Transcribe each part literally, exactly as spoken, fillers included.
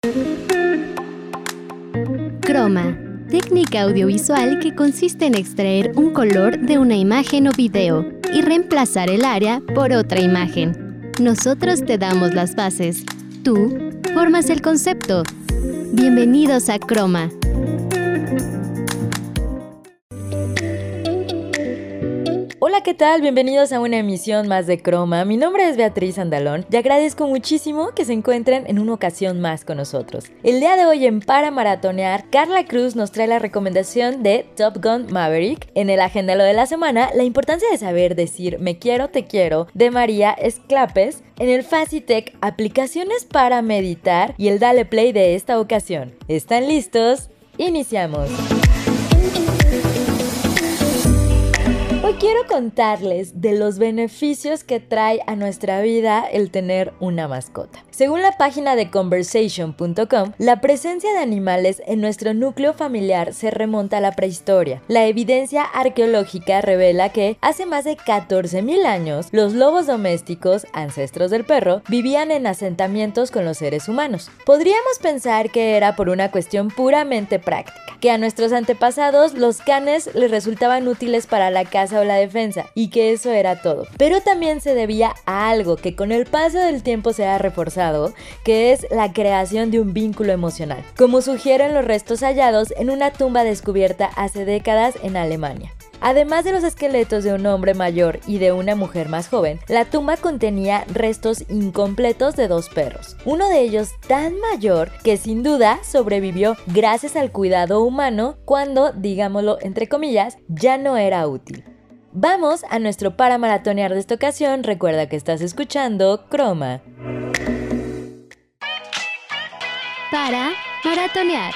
Croma, técnica audiovisual que consiste en extraer un color de una imagen o video y reemplazar el área por otra imagen. Nosotros te damos las bases. Tú formas el concepto. Bienvenidos a Croma. Hola, ¿qué tal? Bienvenidos a una emisión más de Croma. Mi nombre es Beatriz Andalón y agradezco muchísimo que se encuentren en una ocasión más con nosotros. El día de hoy en Para Maratonear, Carla Cruz nos trae la recomendación de Top Gun Maverick. En el Agéndalo de la semana, la importancia de saber decir me quiero, te quiero, de María Esclapes. En el Facitech, aplicaciones para meditar y el Dale Play de esta ocasión. ¿Están listos? Iniciamos. Hoy quiero contarles de los beneficios que trae a nuestra vida el tener una mascota. Según la página de conversation punto com, la presencia de animales en nuestro núcleo familiar se remonta a la prehistoria. La evidencia arqueológica revela que hace más de catorce mil años, los lobos domésticos, ancestros del perro, vivían en asentamientos con los seres humanos. Podríamos pensar que era por una cuestión puramente práctica, que a nuestros antepasados los canes les resultaban útiles para la caza o la defensa, y que eso era todo. Pero también se debía a algo que con el paso del tiempo se ha reforzado, que es la creación de un vínculo emocional, como sugieren los restos hallados en una tumba descubierta hace décadas en Alemania. Además de los esqueletos de un hombre mayor y de una mujer más joven, la tumba contenía restos incompletos de dos perros. Uno de ellos tan mayor que sin duda sobrevivió gracias al cuidado humano cuando, digámoslo entre comillas, ya no era útil. Vamos a nuestro para maratonear de esta ocasión. Recuerda que estás escuchando Croma. Para maratonear.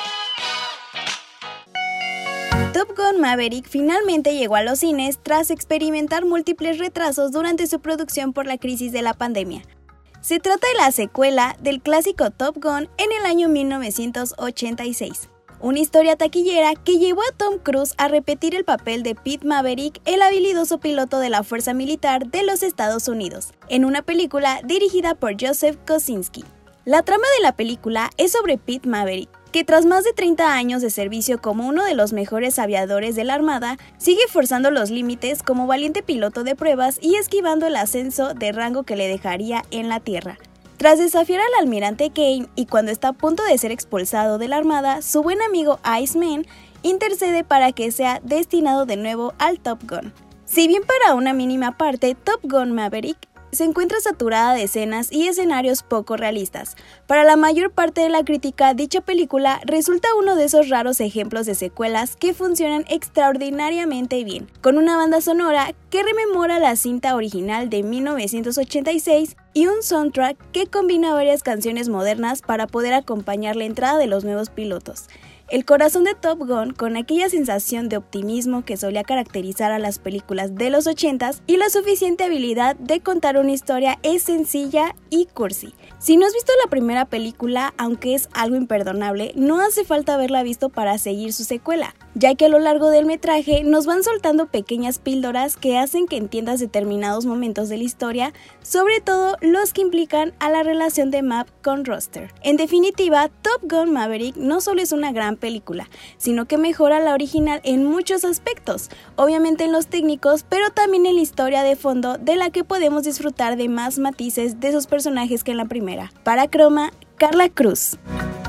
Top Gun Maverick finalmente llegó a los cines tras experimentar múltiples retrasos durante su producción por la crisis de la pandemia. Se trata de la secuela del clásico Top Gun en el año mil novecientos ochenta y seis. Una historia taquillera que llevó a Tom Cruise a repetir el papel de Pete Maverick, el habilidoso piloto de la Fuerza Militar de los Estados Unidos, en una película dirigida por Joseph Kosinski. La trama de la película es sobre Pete Maverick, que tras más de treinta años de servicio como uno de los mejores aviadores de la Armada, sigue forzando los límites como valiente piloto de pruebas y esquivando el ascenso de rango que le dejaría en la Tierra. Tras desafiar al almirante Kane y cuando está a punto de ser expulsado de la Armada, su buen amigo Iceman intercede para que sea destinado de nuevo al Top Gun. Si bien para una mínima parte Top Gun Maverick se encuentra saturada de escenas y escenarios poco realistas, para la mayor parte de la crítica dicha película resulta uno de esos raros ejemplos de secuelas que funcionan extraordinariamente bien, con una banda sonora que rememora la cinta original de mil novecientos ochenta y seis y un soundtrack que combina varias canciones modernas para poder acompañar la entrada de los nuevos pilotos. El corazón de Top Gun, con aquella sensación de optimismo que solía caracterizar a las películas de los ochentas y la suficiente habilidad de contar una historia, es sencilla y cursi. Si no has visto la primera película, aunque es algo imperdonable, no hace falta haberla visto para seguir su secuela, ya que a lo largo del metraje nos van soltando pequeñas píldoras que hacen que entiendas determinados momentos de la historia, sobre todo los que implican a la relación de Map con Roster. En definitiva, Top Gun Maverick no solo es una gran película, sino que mejora la original en muchos aspectos, obviamente en los técnicos, pero también en la historia de fondo, de la que podemos disfrutar de más matices de sus personajes que en la primera. Para Croma, Carla Cruz.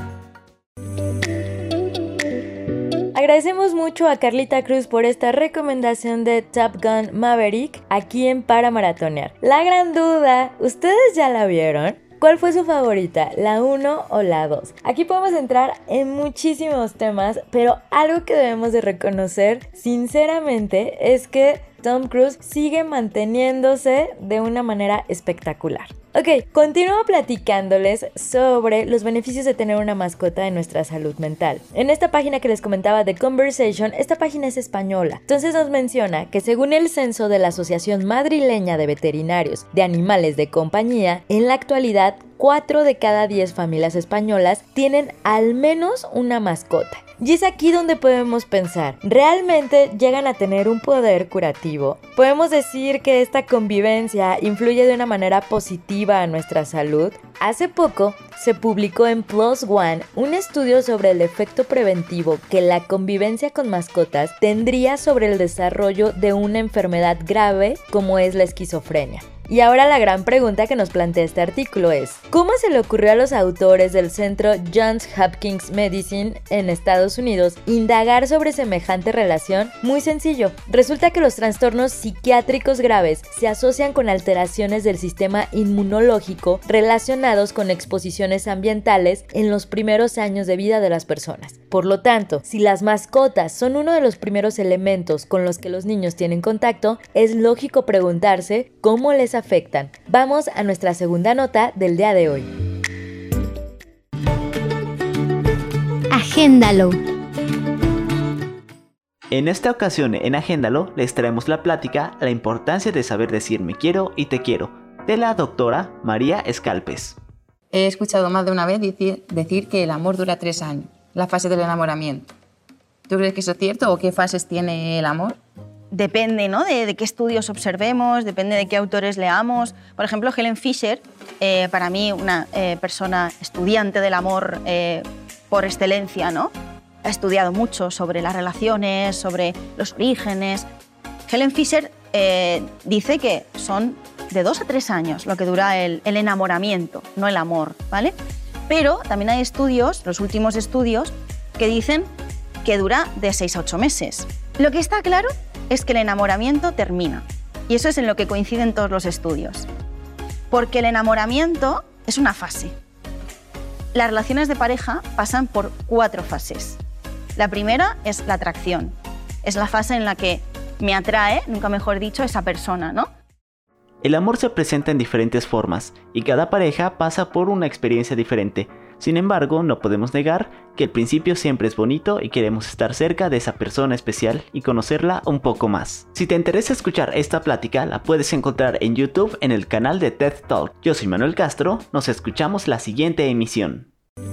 Agradecemos mucho a Carlita Cruz por esta recomendación de Top Gun Maverick aquí en Para Maratonear. La gran duda, ¿ustedes ya la vieron? ¿Cuál fue su favorita? ¿La uno o la dos? Aquí podemos entrar en muchísimos temas, pero algo que debemos de reconocer sinceramente es que Tom Cruise sigue manteniéndose de una manera espectacular. Ok, continúo platicándoles sobre los beneficios de tener una mascota en nuestra salud mental. En esta página que les comentaba de Conversation, esta página es española. Entonces nos menciona que según el censo de la Asociación Madrileña de Veterinarios de Animales de Compañía, en la actualidad cuatro de cada diez familias españolas tienen al menos una mascota. Y es aquí donde podemos pensar, ¿realmente llegan a tener un poder curativo? ¿Podemos decir que esta convivencia influye de una manera positiva positiva a nuestra salud? Hace poco se publicó en PLOS ONE un estudio sobre el efecto preventivo que la convivencia con mascotas tendría sobre el desarrollo de una enfermedad grave como es la esquizofrenia. Y ahora la gran pregunta que nos plantea este artículo es, ¿cómo se le ocurrió a los autores del centro Johns Hopkins Medicine en Estados Unidos indagar sobre semejante relación? Muy sencillo, resulta que los trastornos psiquiátricos graves se asocian con alteraciones del sistema inmunológico relacionados con exposiciones ambientales en los primeros años de vida de las personas. Por lo tanto, si las mascotas son uno de los primeros elementos con los que los niños tienen contacto, es lógico preguntarse cómo les afectan. Vamos a nuestra segunda nota del día de hoy. Agéndalo. En esta ocasión en Agéndalo les traemos la plática La importancia de saber decir me quiero y te quiero, de la doctora María Escalpes. He escuchado más de una vez decir, decir que el amor dura tres años, la fase del enamoramiento. ¿Tú crees que eso es cierto o qué fases tiene el amor? Depende, ¿no? de, de qué estudios observemos, depende de qué autores leamos. Por ejemplo, Helen Fisher, eh, para mí una eh, persona estudiante del amor eh, por excelencia, ¿no? Ha estudiado mucho sobre las relaciones, sobre los orígenes. Helen Fisher eh, dice que son de dos a tres años lo que dura el, el enamoramiento, no el amor, ¿vale? Pero también hay estudios, los últimos estudios, que dicen que dura de seis a ocho meses. Lo que está claro es que el enamoramiento termina. Y eso es en lo que coinciden todos los estudios. Porque el enamoramiento es una fase. Las relaciones de pareja pasan por cuatro fases. La primera es la atracción. Es la fase en la que me atrae, nunca mejor dicho, esa persona, ¿no? El amor se presenta en diferentes formas y cada pareja pasa por una experiencia diferente. Sin embargo, no podemos negar que el principio siempre es bonito y queremos estar cerca de esa persona especial y conocerla un poco más. Si te interesa escuchar esta plática, la puedes encontrar en YouTube en el canal de TED Talk. Yo soy Manuel Castro, nos escuchamos la siguiente emisión.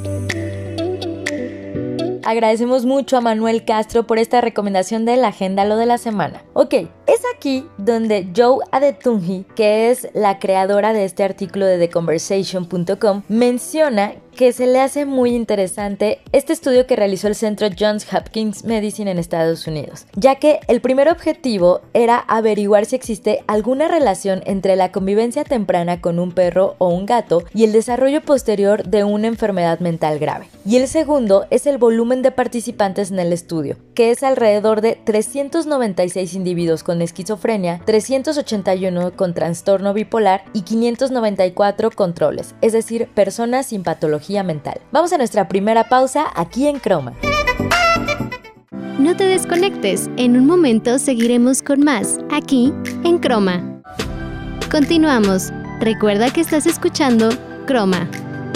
Agradecemos mucho a Manuel Castro por esta recomendación del Agéndalo de la semana. Ok, es aquí donde Joe Adetunji, que es la creadora de este artículo de the conversation punto com, menciona que se le hace muy interesante este estudio que realizó el centro Johns Hopkins Medicine en Estados Unidos, ya que el primer objetivo era averiguar si existe alguna relación entre la convivencia temprana con un perro o un gato y el desarrollo posterior de una enfermedad mental grave. Y el segundo es el volumen de participantes en el estudio, que es alrededor de trescientos noventa y seis individuos con esquizofrenia, trescientos ochenta y uno con trastorno bipolar y quinientos noventa y cuatro controles, es decir, personas sin patología mental. Vamos a nuestra primera pausa aquí en Croma. No te desconectes, en un momento seguiremos con más, aquí en Croma. Continuamos. Recuerda que estás escuchando Croma.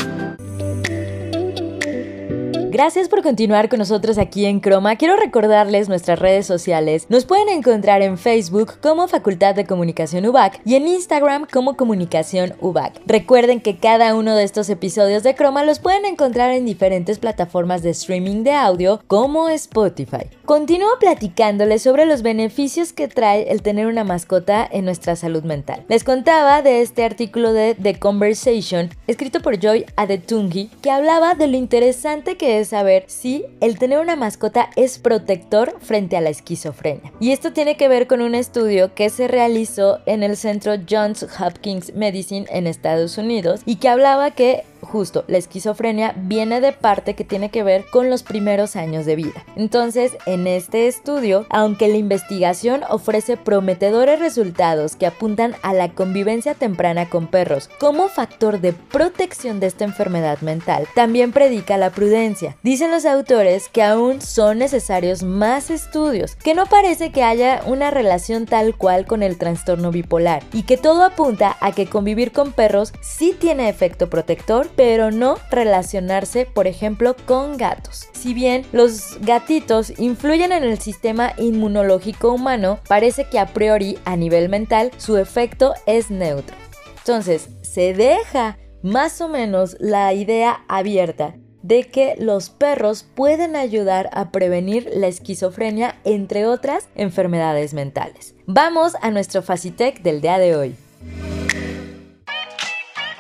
Gracias por continuar con nosotros aquí en Croma. Quiero recordarles nuestras redes sociales. Nos pueden encontrar en Facebook como Facultad de Comunicación U B A C y en Instagram como Comunicación U B A C. Recuerden que cada uno de estos episodios de Croma los pueden encontrar en diferentes plataformas de streaming de audio como Spotify. Continúo platicándoles sobre los beneficios que trae el tener una mascota en nuestra salud mental. Les contaba de este artículo de The Conversation, escrito por Joy Adetunji, que hablaba de lo interesante que es saber si el tener una mascota es protector frente a la esquizofrenia. Y esto tiene que ver con un estudio que se realizó en el centro Johns Hopkins Medicine en Estados Unidos y que hablaba que justo la esquizofrenia viene de parte que tiene que ver con los primeros años de vida. Entonces, en este estudio, aunque la investigación ofrece prometedores resultados que apuntan a la convivencia temprana con perros como factor de protección de esta enfermedad mental, también predica la prudencia. Dicen los autores que aún son necesarios más estudios, que no parece que haya una relación tal cual con el trastorno bipolar y que todo apunta a que convivir con perros sí tiene efecto protector, pero no relacionarse, por ejemplo, con gatos. Si bien los gatitos influyen en el sistema inmunológico humano, parece que a priori, a nivel mental, su efecto es neutro. Entonces, se deja más o menos la idea abierta de que los perros pueden ayudar a prevenir la esquizofrenia, entre otras enfermedades mentales. Vamos a nuestro Facitech del día de hoy.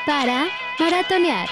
para maratonear.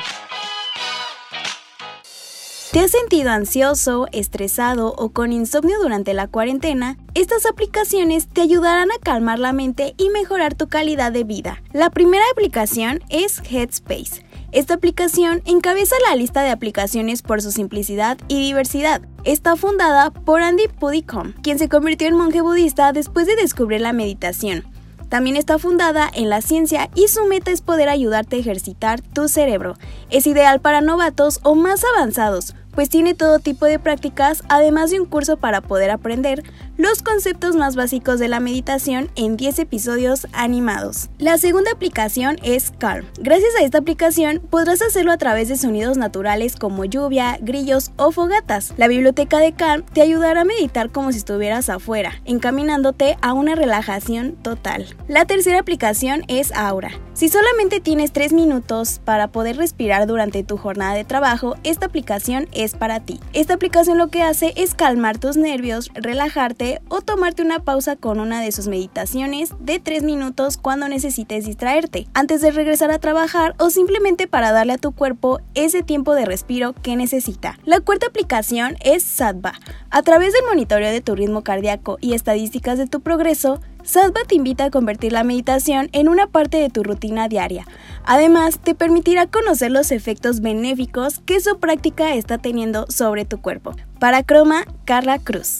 ¿Te has sentido ansioso, estresado o con insomnio durante la cuarentena? Estas aplicaciones te ayudarán a calmar la mente y mejorar tu calidad de vida. La primera aplicación es Headspace. Esta aplicación encabeza la lista de aplicaciones por su simplicidad y diversidad. Está fundada por Andy Puddicombe, quien se convirtió en monje budista después de descubrir la meditación. También está fundada en la ciencia y su meta es poder ayudarte a ejercitar tu cerebro. Es ideal para novatos o más avanzados, pues tiene todo tipo de prácticas, además de un curso para poder aprender los conceptos más básicos de la meditación en diez episodios animados. La segunda aplicación es Calm. Gracias a esta aplicación podrás hacerlo a través de sonidos naturales como lluvia, grillos o fogatas. La biblioteca de Calm te ayudará a meditar como si estuvieras afuera, encaminándote a una relajación total. La tercera aplicación es Aura. Si solamente tienes tres minutos para poder respirar durante tu jornada de trabajo, esta aplicación es para ti. Esta aplicación lo que hace es calmar tus nervios, relajarte o tomarte una pausa con una de sus meditaciones de tres minutos cuando necesites distraerte, antes de regresar a trabajar o simplemente para darle a tu cuerpo ese tiempo de respiro que necesita. La cuarta aplicación es Sattva. A través del monitoreo de tu ritmo cardíaco y estadísticas de tu progreso, Sattva te invita a convertir la meditación en una parte de tu rutina diaria. Además, te permitirá conocer los efectos benéficos que su práctica está teniendo sobre tu cuerpo. Para Croma, Carla Cruz.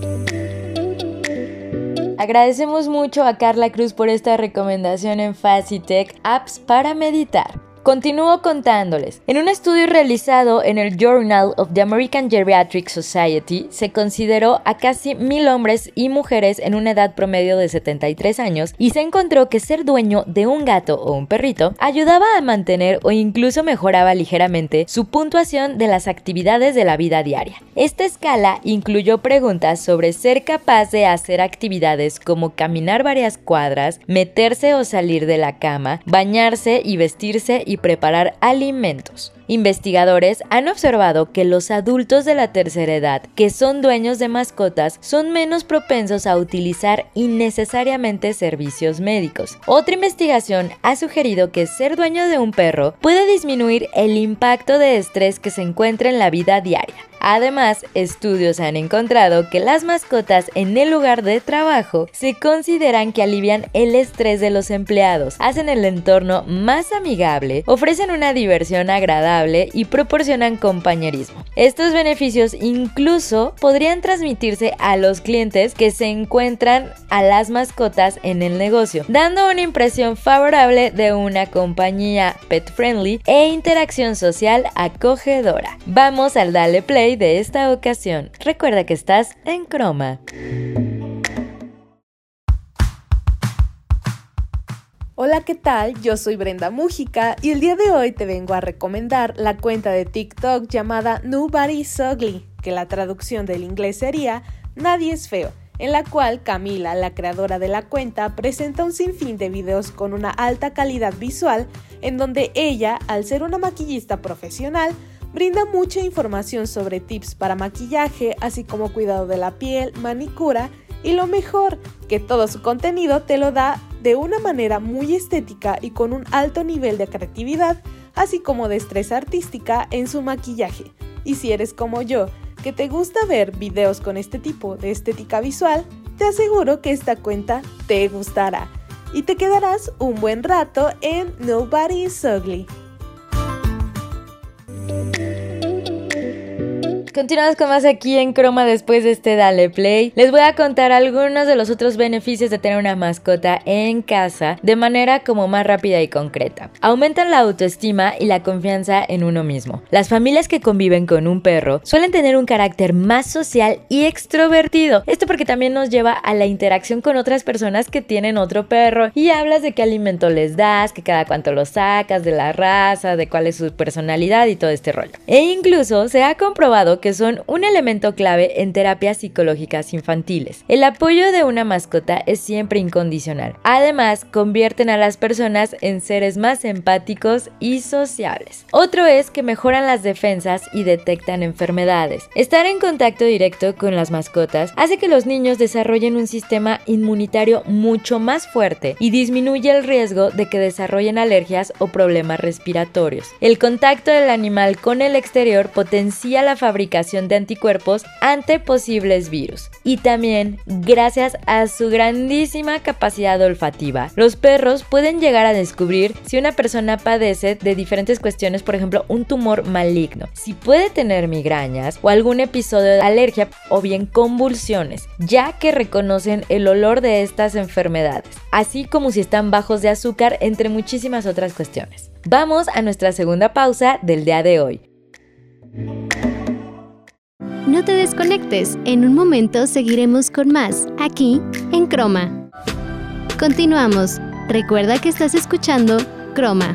Agradecemos mucho a Carla Cruz por esta recomendación en Facitech, apps para meditar. Continúo contándoles. En un estudio realizado en el Journal of the American Geriatric Society, se consideró a casi mil hombres y mujeres en una edad promedio de setenta y tres años y se encontró que ser dueño de un gato o un perrito ayudaba a mantener o incluso mejoraba ligeramente su puntuación de las actividades de la vida diaria. Esta escala incluyó preguntas sobre ser capaz de hacer actividades como caminar varias cuadras, meterse o salir de la cama, bañarse y vestirse y preparar alimentos. Investigadores han observado que los adultos de la tercera edad que son dueños de mascotas son menos propensos a utilizar innecesariamente servicios médicos. Otra investigación ha sugerido que ser dueño de un perro puede disminuir el impacto de estrés que se encuentra en la vida diaria. Además, estudios han encontrado que las mascotas en el lugar de trabajo se consideran que alivian el estrés de los empleados, hacen el entorno más amigable, ofrecen una diversión agradable y proporcionan compañerismo. Estos beneficios incluso podrían transmitirse a los clientes que se encuentran a las mascotas en el negocio, dando una impresión favorable de una compañía pet friendly e interacción social acogedora. Vamos al Dale Play de esta ocasión. Recuerda que estás en Croma. Hola, ¿qué tal? Yo soy Brenda Mújica y el día de hoy te vengo a recomendar la cuenta de TikTok llamada Nobody's Ugly, que la traducción del inglés sería Nadie es feo, en la cual Camila, la creadora de la cuenta, presenta un sinfín de videos con una alta calidad visual, en donde ella, al ser una maquillista profesional, brinda mucha información sobre tips para maquillaje, así como cuidado de la piel, manicura y lo mejor, que todo su contenido te lo da de una manera muy estética y con un alto nivel de creatividad, así como destreza artística en su maquillaje. Y si eres como yo, que te gusta ver videos con este tipo de estética visual, te aseguro que esta cuenta te gustará y te quedarás un buen rato en Nobody's Ugly. Continuamos con más aquí en Croma después de este Dale Play. Les voy a contar algunos de los otros beneficios de tener una mascota en casa de manera como más rápida y concreta. Aumentan la autoestima y la confianza en uno mismo. Las familias que conviven con un perro suelen tener un carácter más social y extrovertido. Esto porque también nos lleva a la interacción con otras personas que tienen otro perro y hablas de qué alimento les das, que cada cuánto lo sacas, de la raza, de cuál es su personalidad y todo este rollo. E incluso se ha comprobado que son un elemento clave en terapias psicológicas infantiles. El apoyo de una mascota es siempre incondicional. Además, convierten a las personas en seres más empáticos y sociables. Otro es que mejoran las defensas y detectan enfermedades. Estar en contacto directo con las mascotas hace que los niños desarrollen un sistema inmunitario mucho más fuerte y disminuye el riesgo de que desarrollen alergias o problemas respiratorios. El contacto del animal con el exterior potencia la fabricación de anticuerpos ante posibles virus. Y también, gracias a su grandísima capacidad olfativa, los perros pueden llegar a descubrir si una persona padece de diferentes cuestiones, por ejemplo, un tumor maligno, si puede tener migrañas o algún episodio de alergia o bien convulsiones, ya que reconocen el olor de estas enfermedades, así como si están bajos de azúcar, entre muchísimas otras cuestiones. Vamos a nuestra segunda pausa del día de hoy. No te desconectes, en un momento seguiremos con más, aquí en Croma. Continuamos. Recuerda que estás escuchando Croma.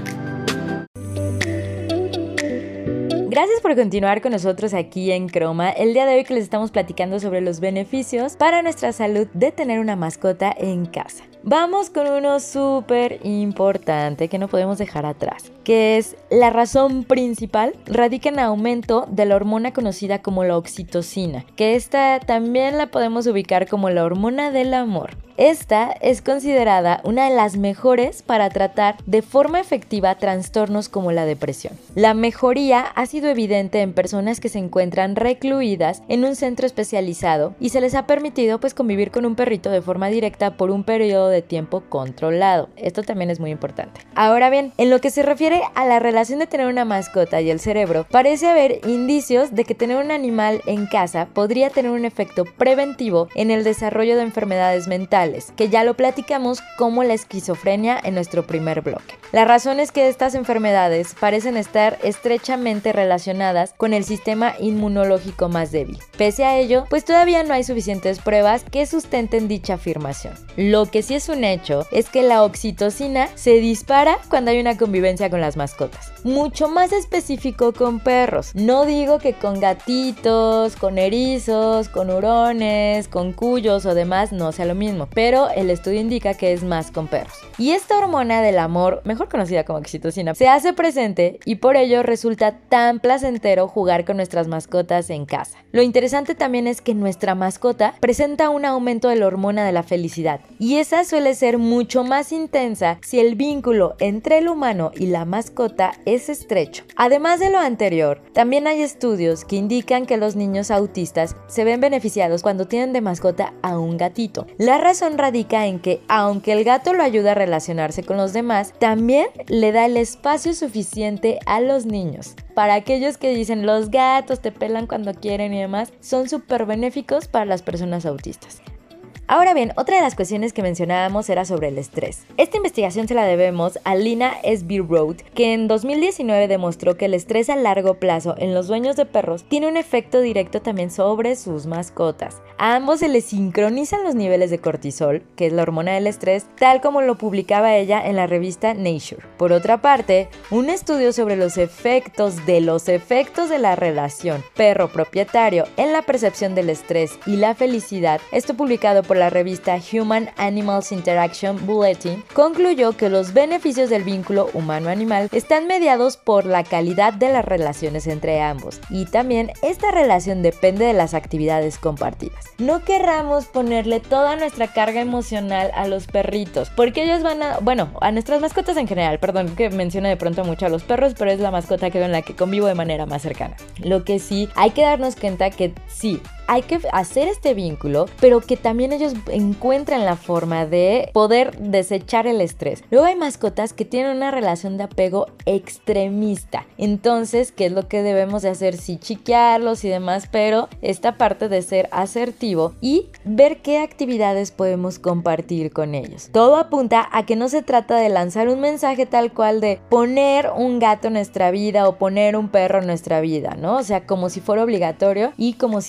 Gracias por continuar con nosotros aquí en Croma. El día de hoy que les estamos platicando sobre los beneficios para nuestra salud de tener una mascota en casa. Vamos con uno súper importante que no podemos dejar atrás, que es la razón principal radica en aumento de la hormona conocida como la oxitocina, que esta también la podemos ubicar como la hormona del amor. Esta es considerada una de las mejores para tratar de forma efectiva trastornos como la depresión. La mejoría ha sido evidente en personas que se encuentran recluidas en un centro especializado y se les ha permitido pues convivir con un perrito de forma directa por un periodo de tiempo controlado. Esto también es muy importante. Ahora bien, en lo que se refiere a la relación de tener una mascota y el cerebro, parece haber indicios de que tener un animal en casa podría tener un efecto preventivo en el desarrollo de enfermedades mentales, que ya lo platicamos como la esquizofrenia en nuestro primer bloque. La razón es que estas enfermedades parecen estar estrechamente relacionadas con el sistema inmunológico más débil. Pese a ello, pues todavía no hay suficientes pruebas que sustenten dicha afirmación. Lo que sí es un hecho es que la oxitocina se dispara cuando hay una convivencia con las mascotas. Mucho más específico con perros. No digo que con gatitos, con erizos, con hurones, con cuyos o demás no sea lo mismo, pero el estudio indica que es más con perros. Y esta hormona del amor, mejor conocida como oxitocina, se hace presente y por ello resulta tan placentero jugar con nuestras mascotas en casa. Lo interesante también es que nuestra mascota presenta un aumento de la hormona de la felicidad y esa suele ser mucho más intensa si el vínculo entre el humano y la mascota es estrecho. Además de lo anterior, también hay estudios que indican que los niños autistas se ven beneficiados cuando tienen de mascota a un gatito. La razón radica en que, aunque el gato lo ayuda a relacionarse con los demás, también le da el espacio suficiente a los niños. Para aquellos que dicen los gatos te pelan cuando quieren y demás, son súper benéficos para las personas autistas. Ahora bien, otra de las cuestiones que mencionábamos era sobre el estrés. Esta investigación se la debemos a Lina S B Road, que en dos mil diecinueve demostró que el estrés a largo plazo en los dueños de perros tiene un efecto directo también sobre sus mascotas. A ambos se les sincronizan los niveles de cortisol, que es la hormona del estrés, tal como lo publicaba ella en la revista Nature. Por otra parte, un estudio sobre los efectos de los efectos de la relación perro-propietario en la percepción del estrés y la felicidad, esto publicado por la revista Human Animals Interaction Bulletin, concluyó que los beneficios del vínculo humano-animal están mediados por la calidad de las relaciones entre ambos y también esta relación depende de las actividades compartidas. No querramos ponerle toda nuestra carga emocional a los perritos, porque ellos van a, bueno, a nuestras mascotas en general, perdón que mencione de pronto mucho a los perros, pero es la mascota que con la que convivo de manera más cercana. Lo que sí, hay que darnos cuenta que sí, hay que hacer este vínculo, pero que también ellos encuentren la forma de poder desechar el estrés. Luego hay mascotas que tienen una relación de apego extremista. Entonces, ¿qué es lo que debemos de hacer? Sí, chiquearlos y demás, pero esta parte de ser asertivo y ver qué actividades podemos compartir con ellos. Todo apunta a que no se trata de lanzar un mensaje tal cual de poner un gato en nuestra vida o poner un perro en nuestra vida, ¿no? O sea, como si fuera obligatorio y como si esto nos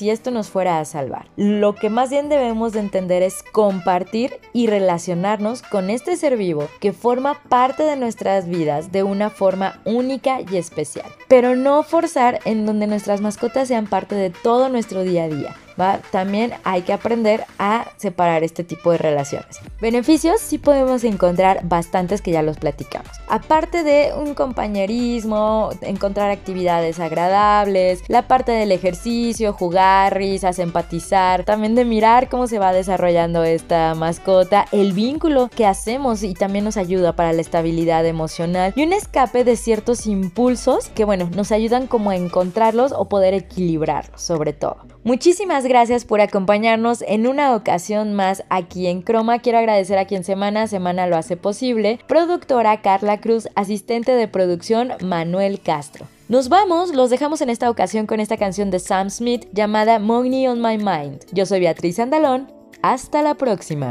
nos fuera a salvar. Lo que más bien debemos de entender es compartir y relacionarnos con este ser vivo que forma parte de nuestras vidas de una forma única y especial. Pero no forzar en donde nuestras mascotas sean parte de todo nuestro día a día, ¿va? También hay que aprender a separar este tipo de relaciones. Beneficios sí podemos encontrar bastantes que ya los platicamos. Aparte de un compañerismo, encontrar actividades agradables, la parte del ejercicio, jugar, risas, empatizar, también de mirar cómo se va desarrollando esta mascota, el vínculo que hacemos y también nos ayuda para la estabilidad emocional y un escape de ciertos impulsos que, bueno, nos ayudan como a encontrarlos o poder equilibrarlos sobre todo. Muchísimas gracias por acompañarnos en una ocasión más aquí en Croma. Quiero agradecer a quien semana a semana lo hace posible, productora Carla Cruz, asistente de producción Manuel Castro. Nos vamos, los dejamos en esta ocasión con esta canción de Sam Smith llamada Money on My Mind. Yo soy Beatriz Andalón, hasta la próxima.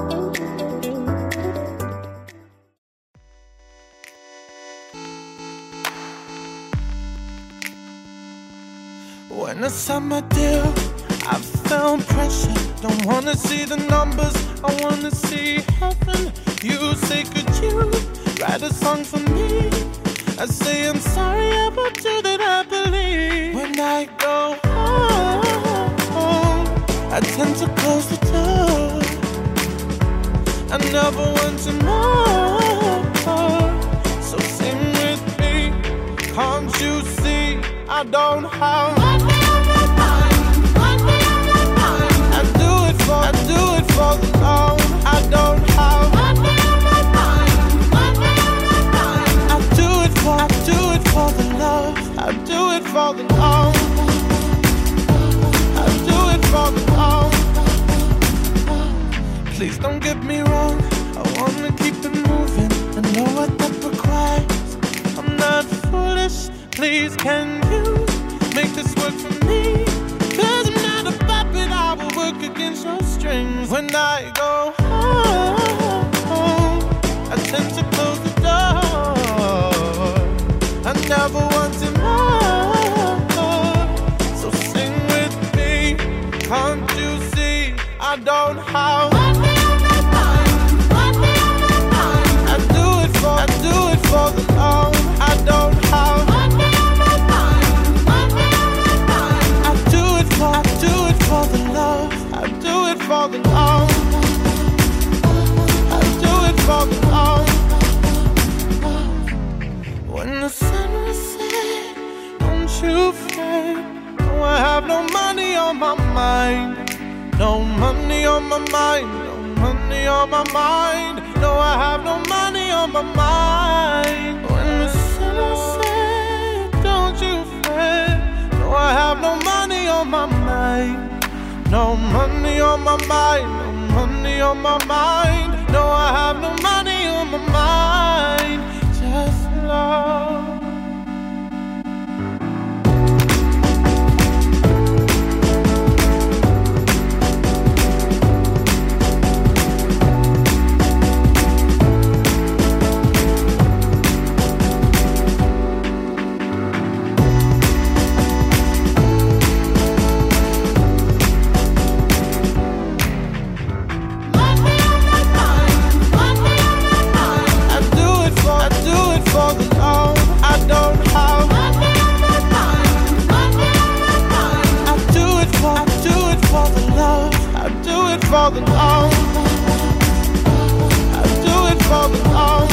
When I signed my deal, I felt pressure. Don't wanna see the numbers, I wanna see heaven. You say, could you write a song for me? I say, I'm sorry, I won't do that happily. When I go home, I tend to close the door. I never want to know. So sing with me, can't you see I don't have money on my mind, money on my mind. I do it for, I do it for the love. I don't have money on my mind, money on my mind. I do it for, I do it for the love. I do it for the love. I do it for the love. Please don't get me wrong, I wanna keep it moving. I know what that requires. I'm not foolish. Please, can you make this work for me? Cause I'm not a puppet, I will work against your strings. When I go home, I tend to close the door. I never wanted more. So sing with me, can't you see I don't have money on my mind, money on my mind. I do it for, I do it for the love. I don't have money. I do it for the love. I do it for the love. I do it for the love. When the sun will set, don't you fret. No, I have no money on my mind. No money on my mind. No money on my mind. No, I have no money on my mind. When the sun will set, don't you fret. No, I have no money on my mind. No money on my mind. No money on my mind. No, I have no money on my mind. Just love. For the love, I do it for the love.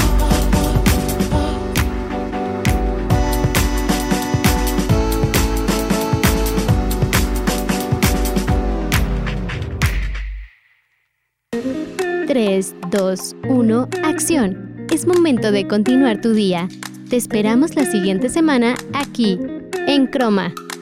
tres, dos, uno, acción. Es momento de continuar tu día. Te esperamos la siguiente semana aquí, en Croma.